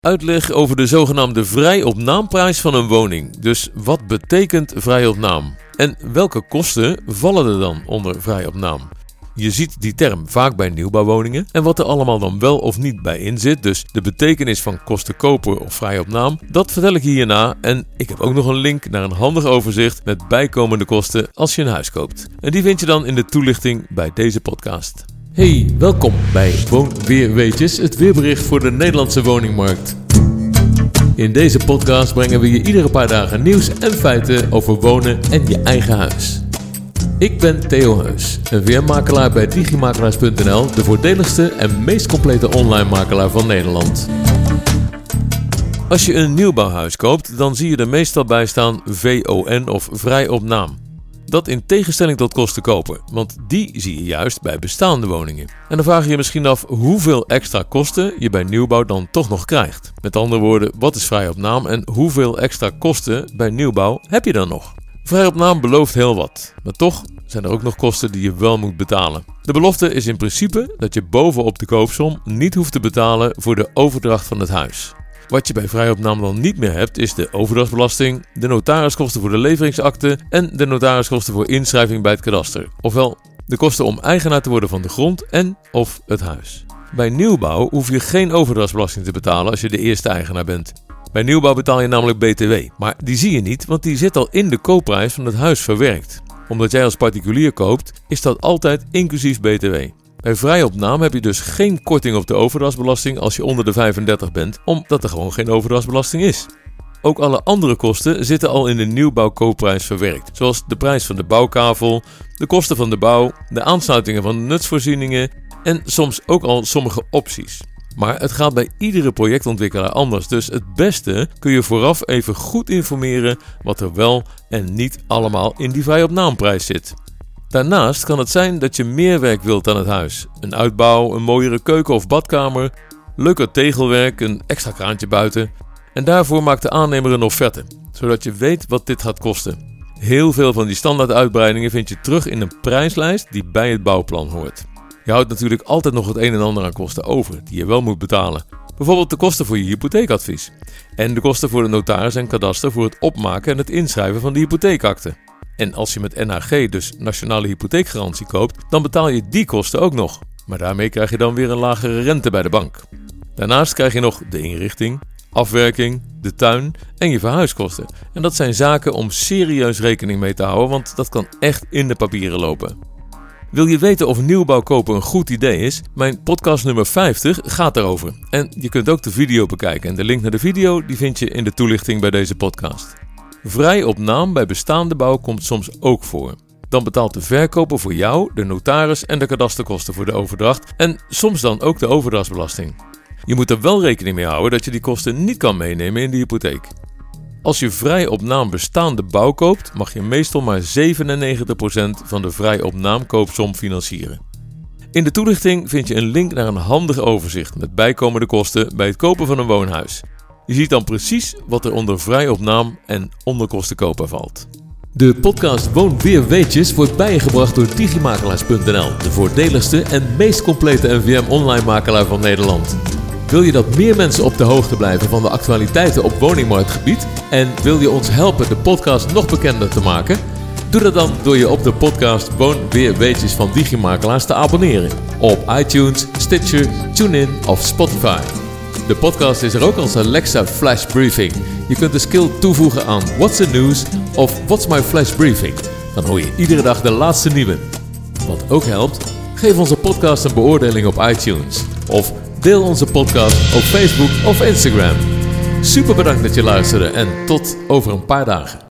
Uitleg over de zogenaamde vrij op naamprijs van een woning. Dus wat betekent vrij op naam? En welke kosten vallen er dan onder vrij op naam? Je ziet die term vaak bij nieuwbouwwoningen en wat er allemaal dan wel of niet bij in zit, dus de betekenis van kosten koper of vrij op naam, dat vertel ik hierna en ik heb ook nog een link naar een handig overzicht met bijkomende kosten als je een huis koopt. En die vind je dan in de toelichting bij deze podcast. Hey, welkom bij Woonweerweetjes, het weerbericht voor de Nederlandse woningmarkt. In deze podcast brengen we je iedere paar dagen nieuws en feiten over wonen en je eigen huis. Ik ben Theo Heus, een VM-makelaar bij Digimakelaars.nl, de voordeligste en meest complete online makelaar van Nederland. Als je een nieuwbouwhuis koopt, dan zie je er meestal bij staan VON of vrij op naam. Dat in tegenstelling tot kosten koper, want die zie je juist bij bestaande woningen. En dan vraag je je misschien af hoeveel extra kosten je bij nieuwbouw dan toch nog krijgt. Met andere woorden, wat is vrij op naam en hoeveel extra kosten bij nieuwbouw heb je dan nog? Vrij op naam belooft heel wat, maar toch zijn er ook nog kosten die je wel moet betalen. De belofte is in principe dat je bovenop de koopsom niet hoeft te betalen voor de overdracht van het huis. Wat je bij vrij op naam dan niet meer hebt is de overdrachtsbelasting, de notariskosten voor de leveringsakte en de notariskosten voor inschrijving bij het kadaster. Ofwel de kosten om eigenaar te worden van de grond en of het huis. Bij nieuwbouw hoef je geen overdrachtsbelasting te betalen als je de eerste eigenaar bent. Bij nieuwbouw betaal je namelijk BTW, maar die zie je niet, want die zit al in de koopprijs van het huis verwerkt. Omdat jij als particulier koopt, is dat altijd inclusief BTW. Bij vrij op naam heb je dus geen korting op de overdrachtsbelasting als je onder de 35 bent, omdat er gewoon geen overdrachtsbelasting is. Ook alle andere kosten zitten al in de nieuwbouwkoopprijs verwerkt, zoals de prijs van de bouwkavel, de kosten van de bouw, de aansluitingen van de nutsvoorzieningen en soms ook al sommige opties. Maar het gaat bij iedere projectontwikkelaar anders, dus het beste kun je vooraf even goed informeren wat er wel en niet allemaal in die vrij op naamprijs zit. Daarnaast kan het zijn dat je meer werk wilt aan het huis. Een uitbouw, een mooiere keuken of badkamer, leuker tegelwerk, een extra kraantje buiten. En daarvoor maakt de aannemer een offerte, zodat je weet wat dit gaat kosten. Heel veel van die standaard uitbreidingen vind je terug in een prijslijst die bij het bouwplan hoort. Je houdt natuurlijk altijd nog het een en ander aan kosten over, die je wel moet betalen. Bijvoorbeeld de kosten voor je hypotheekadvies. En de kosten voor de notaris en kadaster voor het opmaken en het inschrijven van de hypotheekakte. En als je met NHG, dus Nationale Hypotheekgarantie, koopt, dan betaal je die kosten ook nog. Maar daarmee krijg je dan weer een lagere rente bij de bank. Daarnaast krijg je nog de inrichting, afwerking, de tuin en je verhuiskosten. En dat zijn zaken om serieus rekening mee te houden, want dat kan echt in de papieren lopen. Wil je weten of nieuwbouw kopen een goed idee is? Mijn podcast nummer 50 gaat daarover. En je kunt ook de video bekijken. En de link naar de video die vind je in de toelichting bij deze podcast. Vrij op naam bij bestaande bouw komt soms ook voor. Dan betaalt de verkoper voor jou, de notaris en de kadasterkosten voor de overdracht en soms dan ook de overdrachtsbelasting. Je moet er wel rekening mee houden dat je die kosten niet kan meenemen in de hypotheek. Als je vrij op naam bestaande bouw koopt, mag je meestal maar 97% van de vrij op naam koopsom financieren. In de toelichting vind je een link naar een handig overzicht met bijkomende kosten bij het kopen van een woonhuis. Je ziet dan precies wat er onder vrij op naam en onder kosten koper valt. De podcast Woonweerweetjes wordt bijgebracht door Digimakelaars.nl, de voordeligste en meest complete NVM online makelaar van Nederland. Wil je dat meer mensen op de hoogte blijven van de actualiteiten op woningmarktgebied en wil je ons helpen de podcast nog bekender te maken? Doe dat dan door je op de podcast Woonweerweetjes van Digimakelaars te abonneren op iTunes, Stitcher, TuneIn of Spotify. De podcast is er ook als Alexa Flash Briefing. Je kunt de skill toevoegen aan What's the News of What's my Flash Briefing. Dan hoor je iedere dag de laatste nieuwe. Wat ook helpt, geef onze podcast een beoordeling op iTunes. Of deel onze podcast op Facebook of Instagram. Super bedankt dat je luisterde en tot over een paar dagen.